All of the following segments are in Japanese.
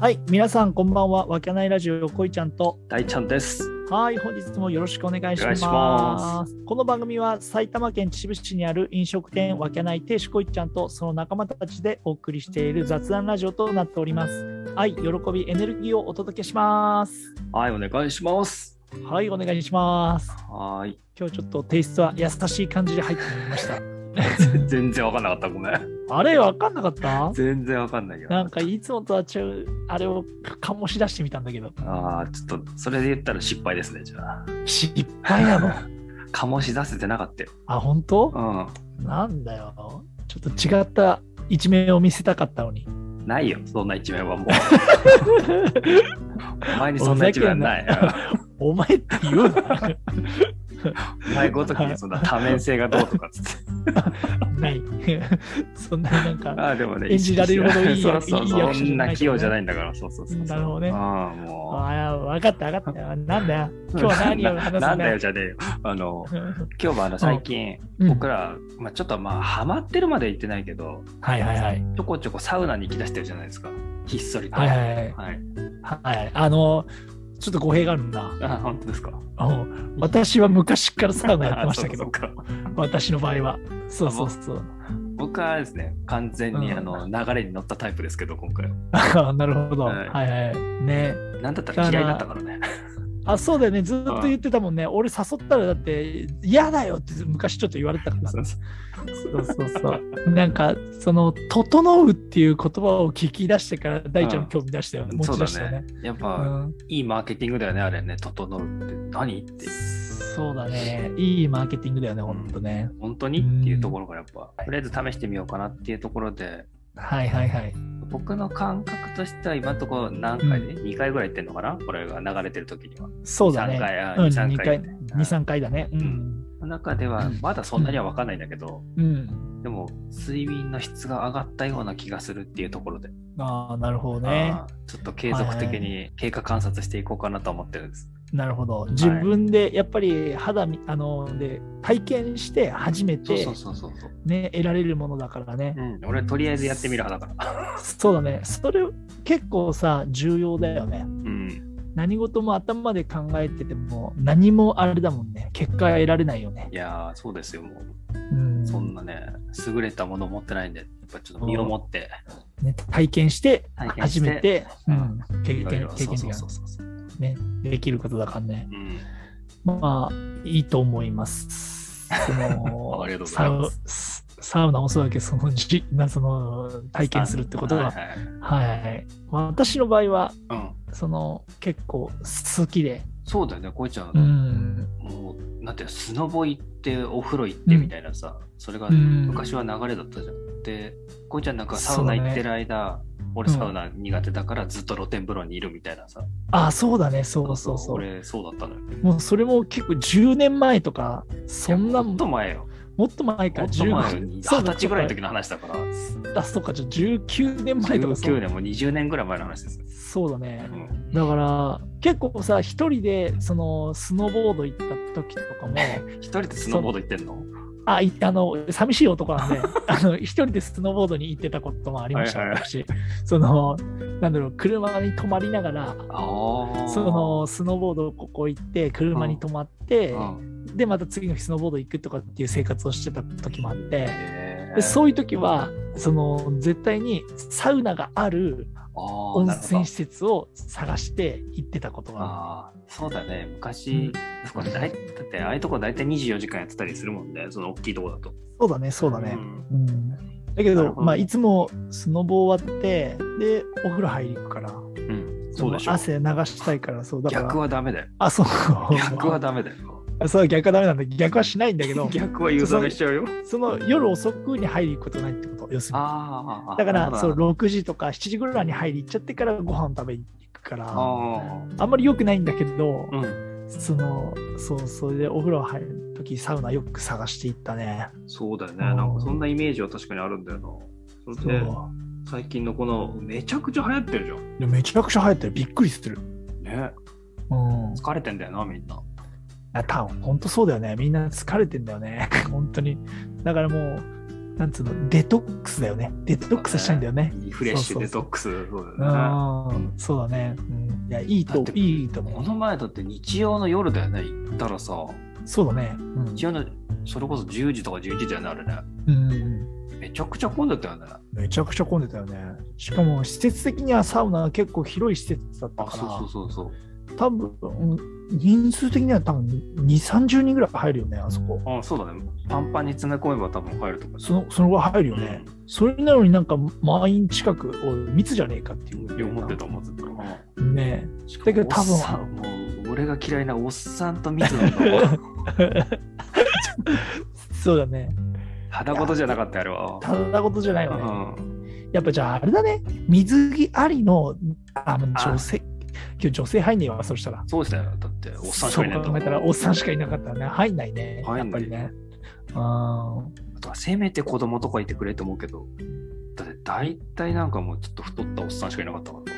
はい、皆さんこんばんは。わけないラジオこいちゃんと大ちゃんです。 はい、本日もよろしくお願いします。この番組は埼玉県秩父市にある飲食店わけない亭主こいちゃんとその仲間たちでお送りしている雑談ラジオとなっております。愛、喜び、エネルギーをお届けします。 はい、お願いします。 はい、お願いします。 はい。 今日ちょっとテイストは優しい感じで入ってみました。 全然わかんなかった。ごめん。 あれわかんなかった？ 全然わかんないよ。 なんかいつもとは違うあれを醸し出してみたんだけど。 ちょっとそれで言ったら失敗ですね。じゃあ失敗なの？ 醸し出せてなかったよ。 あ、本当？なんだよ。ちょっと違った一面を見せたかったのに。 ないよ、そんな一面はもう。お前にそんな一面はない。 お前って言うな。 お前ごときにそんな多面性がどうとかつって。 ない。そんななんかでもね、 演じられるほどいいそうそんな器用じゃないんだから。そう。 なるほどね。 もう分かったよ。なんだよ。今日は何を話すんだよ。 なんだよじゃねえよ。今日は最近、僕ら、ちょっとハマってるまで言ってないけど、ちょこちょこサウナに行き出してるじゃないですか。ひっそりと。 ちょっと語弊があるんだ。 本当ですか？ 私は昔からサウナやってましたけど、私の場合は。そう。 僕はですね、完全に流れに乗ったタイプですけど、今回は。なるほど。ね。 なんだったら嫌いだったからね。 そうだよね。ずっと言ってたもんね。俺誘ったらだって嫌だよって昔ちょっと言われたから。そう。なんか整うっていう言葉を聞き出してから大ちゃん興味出したよね。持ち出したよね。 やっぱ、いいマーケティングだよね、あれね。整うって何っていう。 そうだね。いいマーケティングだよね、本当ね。 本当にっていうところからやっぱ、とりあえず試してみようかなっていうところで。僕の感覚としては今のところ何回で、2回ぐらい行ってんのかな、これが流れてる時には。 そうだね。2、3回だね。 の中ではまだそんなには分かんないんだけど、でも睡眠の質が上がったような気がするっていうところで。 なるほどね。 ちょっと継続的に経過観察していこうかなと思ってるんです。 なるほど。自分でやっぱり肌で体験して初めてね得られるものだからね。 俺とりあえずやってみる派だから。 そうだね。それ結構さ重要だよね。何事も頭で考えてても何もあれだもんね。結果が得られないよね。 いやそうですよ。もうそんなね優れたものを持ってないんで、やっぱちょっと身をもって、 体験して初めて経験でできることだからね。いいと思います。 ありがとうございます。 サウナもそうだけどその体験するってことは、私の場合は、結構好きで。 そうだよね、こいちゃん。もうなんてスノボ行ってお風呂行ってみたいなさ、それが昔は流れだったじゃん。で、こいちゃんなんかサウナ行ってる間、俺サウナ苦手だからずっと露天風呂にいるみたいなさ。 そうだね。そう。 俺そうだったのよ。 もうそれも結構10年前とか、そんなもっと前よ。 もっと前か。 20歳ぐらいの時の話だから。 そうか、19年前とか。 19年も20年ぐらい前の話です。 そうだね。だから結構さ、一人でスノボード行った時とかも。 一人でスノボード行ってんの？ 寂しい男なんで一人でスノーボードに行ってたこともありました。私車に泊まりながらスノーボードここ行って車に泊まってでまた次の日スノーボード行くとかっていう生活をしてた時もあって、でそういう時は絶対にサウナがある温泉施設を探して行ってたことがそうだね。昔、だってああいうとこ大体24時間やってたりするもんね、その大きいとこだと。 そうだね。だけど、いつもスノボ終わって、で、お風呂入り行くから、 そうでしょ。 汗流したいから、そうだから。 逆はダメだよ。逆はダメだよ。 逆はダメなんだ。逆はしないんだけど。 逆は湯冷めしちゃうよ。 夜遅くに入り行くことないってこと、要するに。だから、6時とか7時ぐらいに入り行っちゃってからご飯食べに行くから、あんまり良くないんだけど、それでお風呂入るときサウナよく探していったね。 そうだよね。なんかそんなイメージは確かにあるんだよな。それで最近のこのめちゃくちゃ流行ってるじゃん。 いやめちゃくちゃ流行ってる。びっくりする。 ね。疲れてんだよな、みんな。 本当そうだよね。みんな疲れてんだよね。本当に。だからもうなんつうの、デトックスだよね。デトックスしたいんだよね。 リフレッシュデトックス。 そうだね。そうだね。いや、いいと思う。 この前だって日曜の夜だよね、行ったらさ。 そうだね。 日曜の、それこそ10時とか11時だよね、あれね。めちゃくちゃ混んでたよね。 めちゃくちゃ混んでたよね。しかも施設的にはサウナは結構広い施設だったから。 そう。 多分、人数的には多分2、30人ぐらい入るよね、あそこ。 そうだね。パンパンに詰め込めば多分入るとか。 その後入るよね。それなのになんか満員近く密じゃねえかっていう。 思ってた。 ねえ。だけど多分。 もう俺が嫌いなおっさんと密なんだ。 そうだね。 ただごとじゃなかったやろ。 ただごとじゃないわね。やっぱじゃああれだね。水着ありの女性。今日女性入んねえわ、そしたら。 そうでしたよ。だって、おっさんしかいないんだ。 そう考えたら、おっさんしかいなかったらね、入んないね。やっぱりね。 あとは、せめて子供とかいてくれと思うけど、だって大体なんかもうちょっと太ったおっさんしかいなかったから。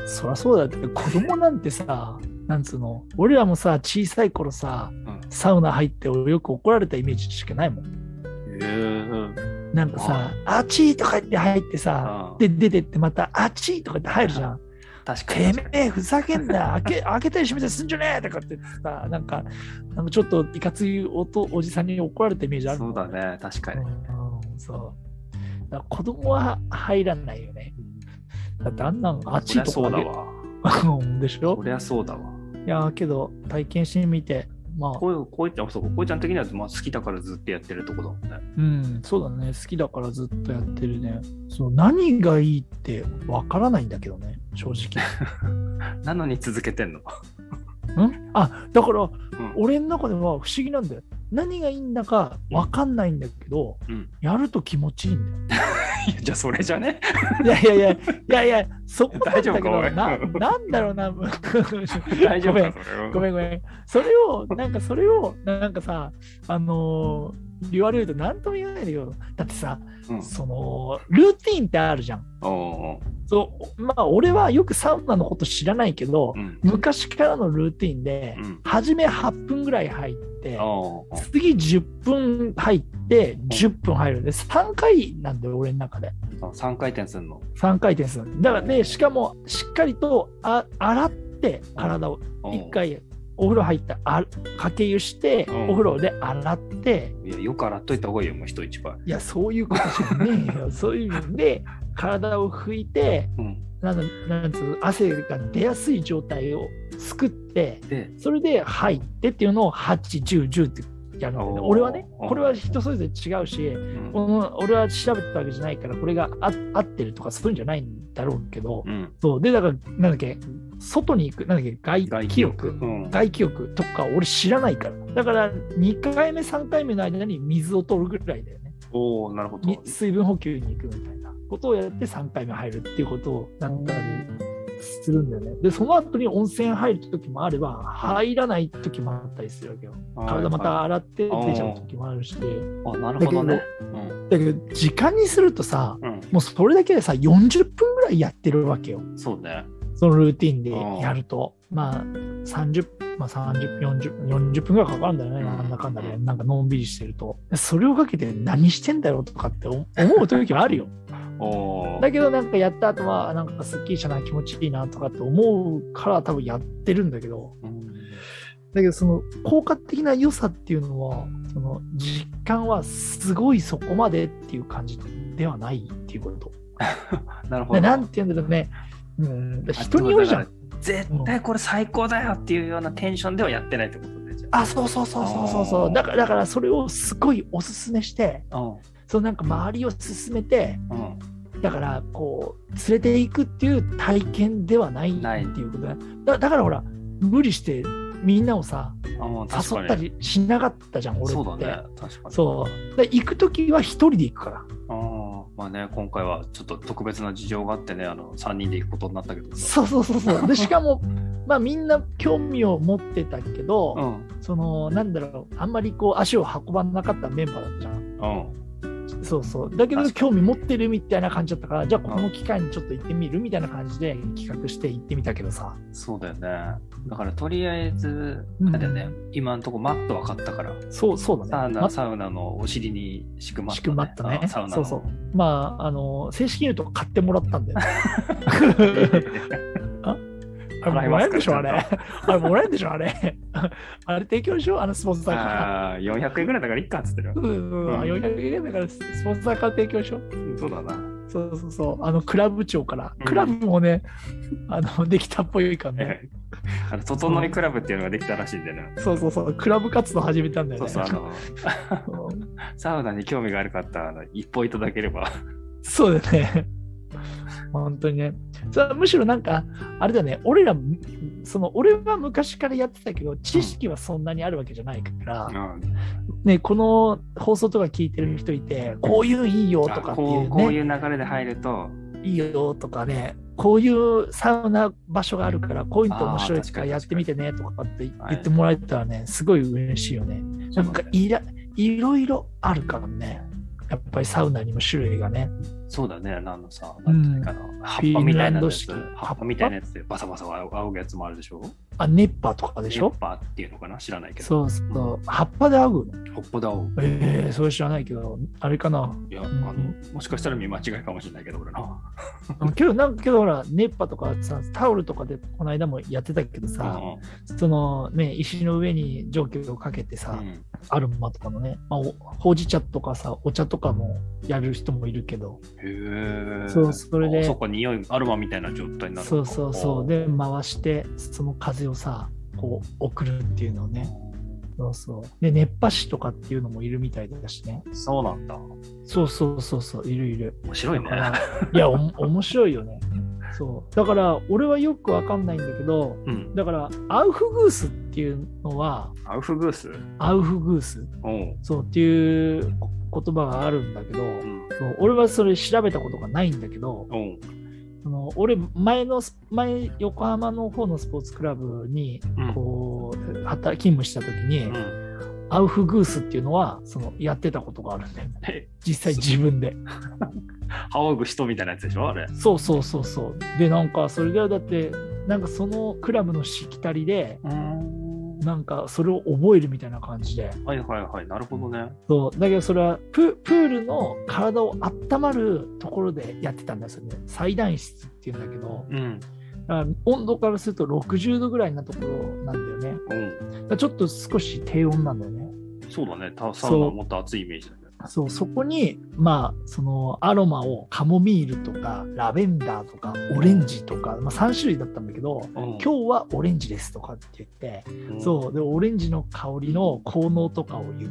そりゃそうだって、子供なんてさ、なんつうの、俺らもさ、小さい頃さ、サウナ入ってよく怒られたイメージしかないもん。なんかさ、あちーとか言って入ってさ、で、出てってまた、あちーとか言って入るじゃん。 確かに。 てめえふざけんな開けたり閉めたりすんじゃねえとかってさ、なんかちょっといかついおじさんに怒られたイメージある。 そうだね、確かに。 そうだから子供は入らないよね。だってあんなんあっちいとこだわ。でしょ。 そりゃそうだわ。 いやけど体験してみて、まあ、 こいちゃん的には好きだからずっとやってるとこだもんね。そうだね。好きだからずっとやってるね。何がいいってわからないんだけどね、正直。 なのに続けてんの。 だから、俺の中では不思議なんだよ。何がいいんだかわかんないんだけど、やると気持ちいいんだよ。 じゃあそれじゃね。 いや、そこなんだけど、なんだろうな。 大丈夫か、 ごめん。それを、なんかさ、言われると何とも言えないんだけど、だってさ、ルーティンってあるじゃん。まあ、俺はよくサウナのこと知らないけど、昔からのルーティンで、初め8分ぐらい入って、次10分入って、10分入るんで、3回なんだよ、俺の中で。 3回転するの。 3回転する。だからね、しかも、しっかりと洗って、体を1回、お風呂入ったかけ湯して、お風呂で洗って、 いや、よく洗っといた方がいいよ、もう人一倍。 いや、そういうことじゃねえよ。そういうので、体を拭いて、なんつう汗が出やすい状態を作って、それで入ってっていうのを8、10、10ってやるんだけど、俺はね、これは人それぞれ違うし、俺は調べたわけじゃないから、これが合ってるとかそういうんじゃないんだろうけど、で、だから、なんだっけ、外に行く、なんだっけ、外気浴とか俺知らないから。だから、2回目、3回目の間に水を取るぐらいだよね。 なるほど。 水分補給に行くみたいなことをやって3回目入るっていうことをやったりするんだよね。で、その後に温泉入る時もあれば、入らない時もあったりするわけよ。体また洗って出ちゃう時もあるし。 なるほどね。 だけど、時間にするとさ、もうそれだけでさ、40分ぐらいやってるわけよ。 そうね。 そのルーティンでやると。まあ、30分、40分ぐらいかかるんだよね。なんだかんだで、なんかのんびりしてると。それをかけて何してんだろうとかって思う時はあるよ。だけどなんかやった後はなんかすっきりしたな、気持ちいいなとかって思うから多分やってるんだけど、だけどその効果的な良さっていうのは、その実感はすごいそこまでっていう感じではないっていうこと。 なるほど。 なんていうんだろうね。人によるじゃん。 絶対これ最高だよっていうようなテンションではやってないってことね。 そう。だからそれをすごいおすすめして、なんか周りを進めて、だからこう連れていくっていう体験ではないっていうことだからほら無理してみんなをさ誘ったりしなかったじゃん、俺って。 そうだね、確かに。 そうで行くときは一人で行くから。 まあね、今回はちょっと特別な事情があってね、3人で行くことになったけど。 そうでしかもまあみんな興味を持ってたけど、なんだろう、あんまりこう足を運ばなかったメンバーだったじゃん。 そうそう。だけど興味持ってるみたいな感じだったから、じゃあこの機会にちょっと行ってみるみたいな感じで企画して行ってみたけどさ。 そうだよね。だからとりあえず、なんだよね、今のとこマットは買ったから。 そうだね。サウナのお尻に敷くマット、ね。 敷くマットね。 サウナそうそう。まあ、正式に言うと買ってもらったんだよね。あれもらえるでしょ、あれ。あれもらえるでしょ、あれ。あれ提供でしょ、スポンサーから。 400円ぐらいだからいっかっつってる。 400円だからスポンサーから提供でしょ。 そうだな。 そう。クラブ長から。クラブもね、できたっぽいからね。 整いクラブっていうのができたらしいんだよね。 そう。クラブ活動始めたんだよね。 サウナに興味がある方、一歩いただければ。 そうだね。本当にね。むしろなんか、あれだね、俺は昔からやってたけど、知識はそんなにあるわけじゃないから、ね、この放送とか聞いてる人いて、こういうのいいよとかっていうね。 こういう流れで入ると。 いいよとかね、こういうサウナ場所があるから、こういうの面白いからやってみてねとかって言ってもらえたらね、すごい嬉しいよね。なんかいろいろあるからね。やっぱりサウナにも種類がね。 そうだね、なんていうかな、葉っぱみたいなやつ。葉っぱみたいなやつでバサバサ仰ぐやつもあるでしょ。 熱波とかでしょ。 熱波っていうのかな、知らないけど。そう。葉っぱで仰ぐの。 葉っぱで仰ぐ。それ知らないけど、あれかな。 いや、もしかしたら見間違いかもしれないけど、俺の。 けどほら、熱波とかさ、タオルとかでこの間もやってたけどさ、石の上に蒸気をかけてさ、アロマとかのね、ほうじ茶とかさ、お茶とかもやる人もいるけど。それで。 そうか、匂い、アロマみたいな状態になる。 そう。で、回して、その風をさ、こう送るっていうのをね。で、熱波師とかっていうのもいるみたいだしね。 そうなんだ。 そう、いる。 面白いね。 いや、面白いよね。そう。だから、俺はよくわかんないんだけど、だから、アウフグースっていうのは、 アウフグースそうっていう言葉があるんだけど、俺はそれ調べたことがないんだけど、俺前横浜の方のスポーツクラブにこう勤務した時に、アウフグースっていうのはやってたことがあるんだよね。実際自分で仰ぐ人みたいなやつでしょ、あれ。 そうで、なんかそれでだってなんかそのクラブのしきたりでなんかそれを覚えるみたいな感じで。 はい、なるほどね。 そうだけどそれはプールの体を温まるところでやってたんですよね。最暖室っていうんだけど、だから温度からすると60度ぐらいなところなんだよね。だからちょっと少し低温なんだよね。 そうだね。サウナはもっと暑いイメージだね。 そこにそのアロマをカモミールとかラベンダーとかオレンジとか、3種類だったんだけど、今日はオレンジですとかって言って、でオレンジの香りの効能とかを言って、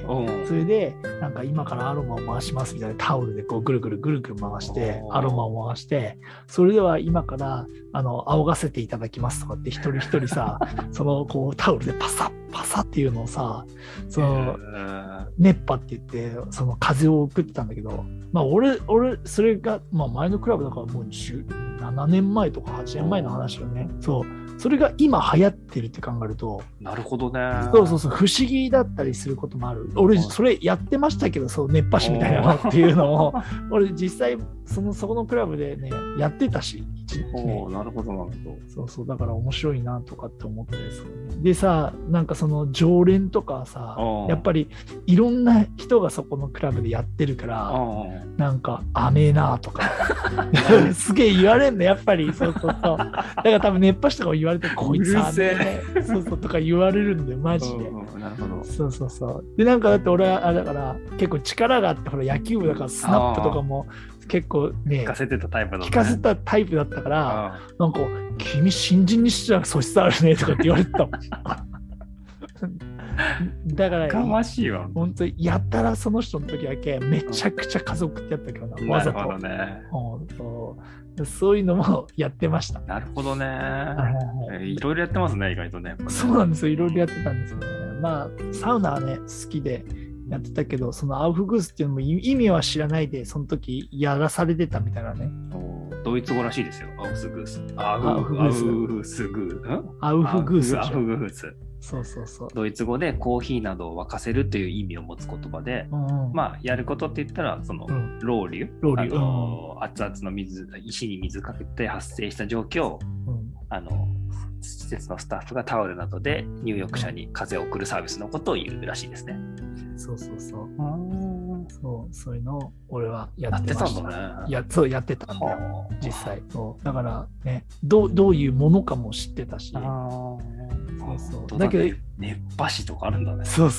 それでなんか今からアロマを回しますみたいなタオルでこうぐるぐる回してアロマを回して、それでは今から仰がせていただきますとかって一人一人さこうタオルでパサッっていうのをさ熱波って言ってその風を送ってたんだけど、俺それが、前のクラブだからもう17年前とか8年前の話よね。それが今流行ってるって考えると、 なるほどね。 不思議だったりすることもある。俺それやってましたけど、熱波師みたいなのっていうのを俺実際そこのクラブでねやってたし、 なるほど。 そうだから面白いなとかって思ったりする。でさ、なんかその常連とかさ、やっぱりいろんな人がそこのクラブでやってるから、なんか甘えなとかすげえ言われんのやっぱり。だから多分熱波師とかも言われて、こいつ甘えとか言われるんだよマジで。 なるほど。 そうで、なんかだって俺はあれだから結構力があって、ほら野球部だからスナップとかも結構ね聞かせてたタイプだったから、なんか君新人にしては素質あるねとかって言われてたもんだからかましいわ。 本当にやったらその人の時だけめちゃくちゃ家族ってやったけどな、わざと。 なるほどね。 そういうのもやってました。 なるほどね。いろいろやってますね、意外とね。 そうなんですよ、いろいろやってたんですよね。サウナはね好きでやってたけど、そのアウフグースっていうのも意味は知らないでその時やらされてたみたいなね。 ドイツ語らしいですよ、アウフグース。アウフグース。 そうそうそう。 ドイツ語でコーヒーなどを沸かせるという意味を持つ言葉で、まあやることって言ったらそのロウリュ、熱々の石に水かけて発生した蒸気を、施設のスタッフがタオルなどで入浴者に風を送るサービスのことを言うらしいですね。 そうそうそう。そういうのを俺はやってました。やってたんだよ、実際。だからね、どういうものかも知ってたし。 だけど熱波師とかあるんだね。 そう。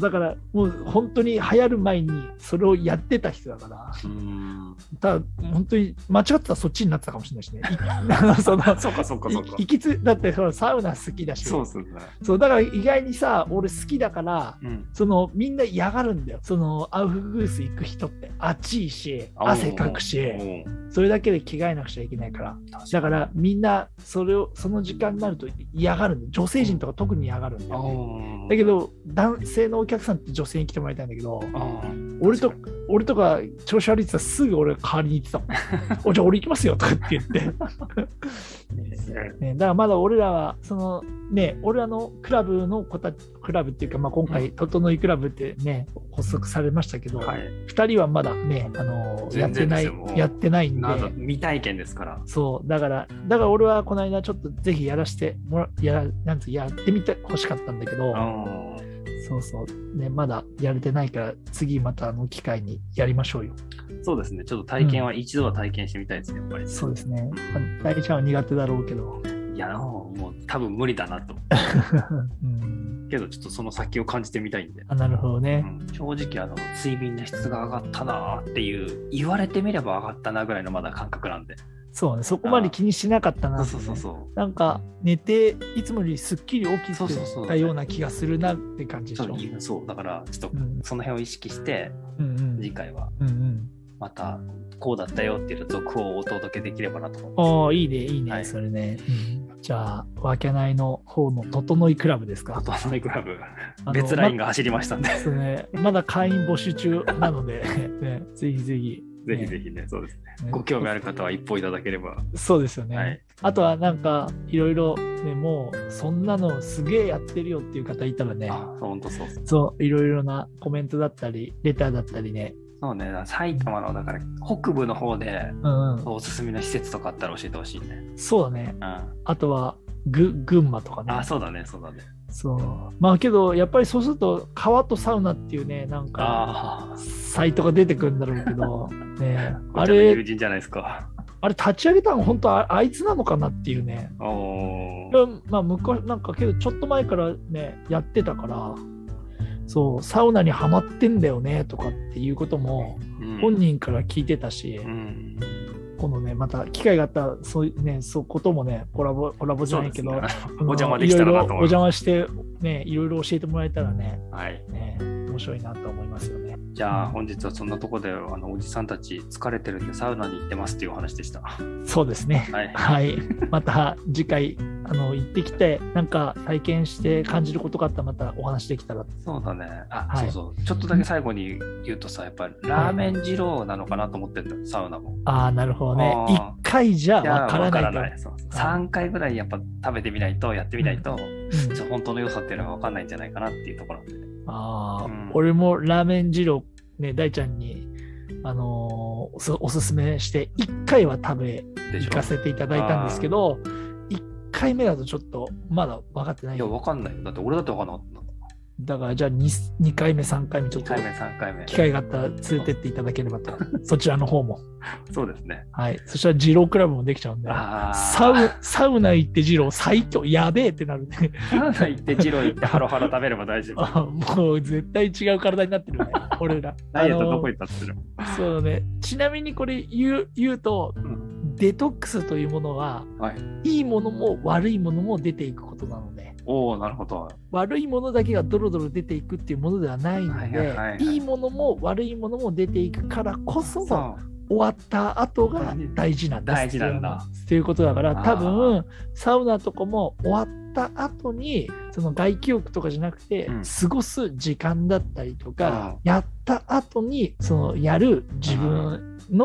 だからもう本当に流行る前にそれをやってた人だから。ただ本当に間違ってたらそっちになってたかもしれないしね。そうか。だってサウナ好きだし。そうだから意外にさ、俺好きだから、みんな嫌がるんだよ。アウフグース行く人って暑いし汗かくし、それだけで着替えなくちゃいけないから。だからみんなその時間になると嫌がるんだよ。女性陣とか特に嫌がるんだよね。だけど男性のお客さんって女性に来てもらいたいんだけど、俺とか調子悪いって言ったらすぐ俺代わりに行ってたもん。じゃあ俺行きますよとかって言ってだからまだ俺らは俺らのクラブっていうか、今回整いクラブってね発足されましたけど、2人はままだね、やってないんで。 未体験ですから。 そう。だから俺はこの間ちょっとぜひやってみてほしかったんだけど、そうね、まだやれてないから、次また機会にやりましょうよ。 そうですね。ちょっと体験は一度は体験してみたいですね、やっぱり。 そうですね。大ちゃんは苦手だろうけど。 いや、もう多分無理だなと。けどちょっとその先を感じてみたいんで。 なるほどね。 正直睡眠の質が上がったなっていう、言われてみれば上がったなぐらいのまだ感覚なんで。 そうね、そこまで気にしなかったなって、ね。なんか寝ていつもよりすっきり起きてたような気がするなって感じでしょ。 そうだからちょっとその辺を意識して、次回はまたこうだったよっていう続報をお届けできればなと思います。 いいね、それね。じゃあわけないの方の整いクラブですか。 整いクラブ別ラインが走りましたんで、 そうね、まだ会員募集中なので、ね、ぜひぜひね、そうですね。ご興味ある方は一報いただければ。 そうですよね。あとはなんかいろいろね、もうそんなのすげえやってるよっていう方いたらね、 本当そう。 そういろいろなコメントだったりレターだったりね。 そうね、埼玉のだから北部の方でおすすめの施設とかあったら教えてほしいね。 そうだね。あとは群馬とかね。 そうだね。 まあけどやっぱりそうすると川とサウナっていうね、なんかサイトが出てくるんだろうけどね、 あれ友人じゃないですか。 あれ立ち上げたの本当あいつなのかなっていうね。まあ昔なんかけどちょっと前からねやってたから、そうサウナにはまってんだよねとかっていうことも本人から聞いてたし、今度ねまた機会があったらそういうこともねコラボじゃないけど、 お邪魔できたらなと思います。 お邪魔してねいろいろ教えてもらえたらね、 ね面白いなと思いますよね。 じゃあ本日はそんなところでおじさんたち疲れてるんでサウナに行ってますっていうお話でした。 そうですね。はい。また次回行ってきてなんか体験して感じることがあったらまたお話できたら。 そうだね。そうちょっとだけ最後に言うとさ、やっぱりラーメン二郎なのかなと思ってるんだよ、サウナも。 なるほどね。1回じゃわからない。 3回ぐらいやっぱ食べてみないとやってみないと、本当の良さっていうのは分かんないんじゃないかなっていうところで。 俺もラーメン二郎ね、大ちゃんにおすすめして1回は食べ行かせていただいたんですけど、1回目だとちょっとまだ分かってない。 いや分かんないよ。だって俺だって分かんなかった。 だからじゃあ 2回目3回目ちょっと機会があったら連れてっていただければとそちらの方も。 そうですね。 はい。そしたら二郎クラブもできちゃうんで、サウナ行って二郎最強やべえってなるんで。 サウナ行って二郎行ってハロハロ食べれば大丈夫。 もう絶対違う体になってるね俺ら。 ダイエットどこ行ったってる。 そうね。ちなみにこれ言うと、デトックスというものは、いいものも悪いものも出ていくことなので。 なるほど。 悪いものだけがドロドロ出ていくっていうものではないので、いいものも悪いものも出ていくからこそ終わった後が大事なんです。 大事なんだ。 っていうことだから、多分サウナとかも終わった後にその外気浴とかじゃなくて、過ごす時間だったりとか、やった後にそのやる自分の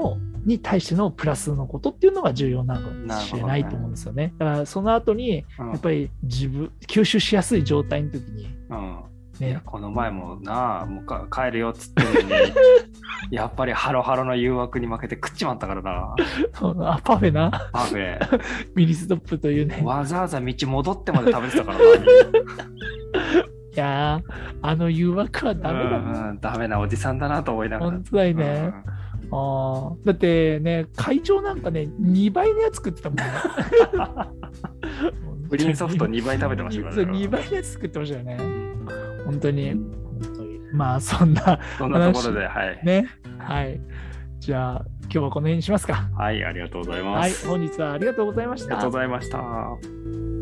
に対してのプラスのことっていうのが重要なのかもしれないと思うんですよね。だからその後にやっぱり吸収しやすい状態の時に、 ね、この前ももう帰るよっつってるのにやっぱりハロハロの誘惑に負けて食っちまったからな。 パフェな。 パフェミニストップというね、 わざわざ道戻ってまで食べてたからな。いや誘惑はダメだな。 ダメなおじさんだなと思いながら。 本当だよね。だってね、会長なんかね、2倍のやつ食ってたもんね。 プリンソフト2倍食べてましたからね。 2倍のやつ作ってましたよね。本当に。まあそんなところで、はい。 ね。はい。じゃあ今日はこの辺にしますか。 はい、ありがとうございます。 はい、本日はありがとうございました。 ありがとうございました。